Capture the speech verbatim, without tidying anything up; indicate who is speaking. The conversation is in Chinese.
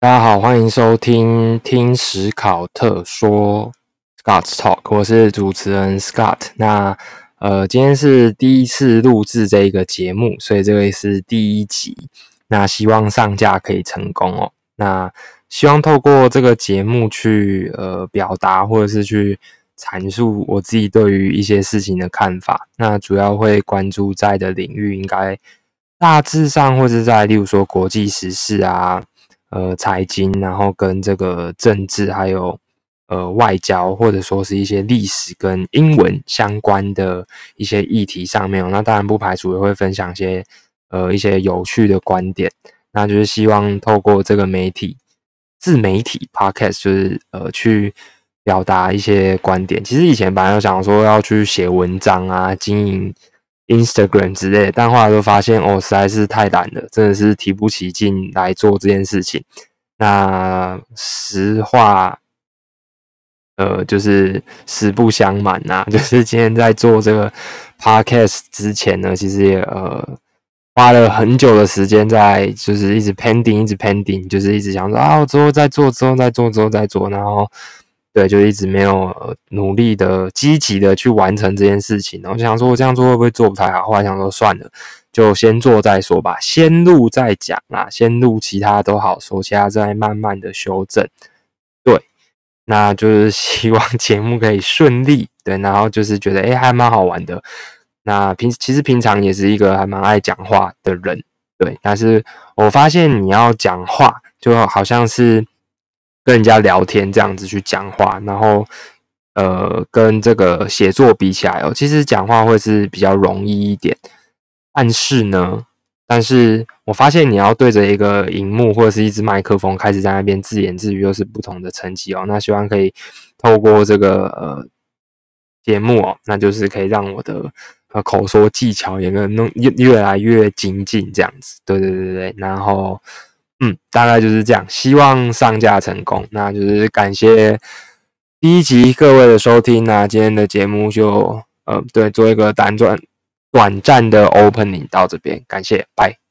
Speaker 1: 大家好，欢迎收听听史考特说 Scott's Talk， 我是主持人 Scott。那呃，今天是第一次录制这个节目，所以这个是第一集。那希望上架可以成功哦。那希望透过这个节目去呃表达，或者是去阐述我自己对于一些事情的看法。那主要会关注在的领域，应该大致上或是在例如说国际时事啊。呃，财经，然后跟这个政治，还有呃外交，或者说是一些历史跟英文相关的一些议题上面，那当然不排除也会分享一些呃一些有趣的观点。那就是希望透过这个媒体自媒体 podcast， 就是呃去表达一些观点。其实以前本来有想说要去写文章啊，经营Instagram 之类的，但后来就发现哦，实在是太懒了，真的是提不起劲来做这件事情。那实话，呃，就是实不相瞒呐、啊，就是今天在做这个 podcast 之前呢，其实也呃花了很久的时间在，就是一直 pending， 一直 pending， 就是一直想说啊，我之后再做，之后再做，之后再做，然后。对，就一直没有、呃、努力的、积极的去完成这件事情。然后就想说，我这样做会不会做不太好？后来想说，算了，就先做再说吧，先录再讲啦，先录其他都好说，其他再慢慢的修正。对，那就是希望节目可以顺利。对，然后就是觉得，哎，还蛮好玩的。那平其实平常也是一个还蛮爱讲话的人，对。但是我发现你要讲话，就好像是。跟人家聊天这样子去讲话，然后呃跟这个写作比起来哦，其实讲话会是比较容易一点。但是呢，但是我发现你要对着一个荧幕或者是一支麦克风开始在那边自言自语，又是不同的层级哦。那希望可以透过这个呃节目哦，那就是可以让我的呃口说技巧也能越越来越精进这样子。对对对对，然后。嗯，大概就是这样，希望上架成功。那就是感谢第一集各位的收听。那今天的节目就呃对做一个短短短暂的 opening 到这边，感谢，拜。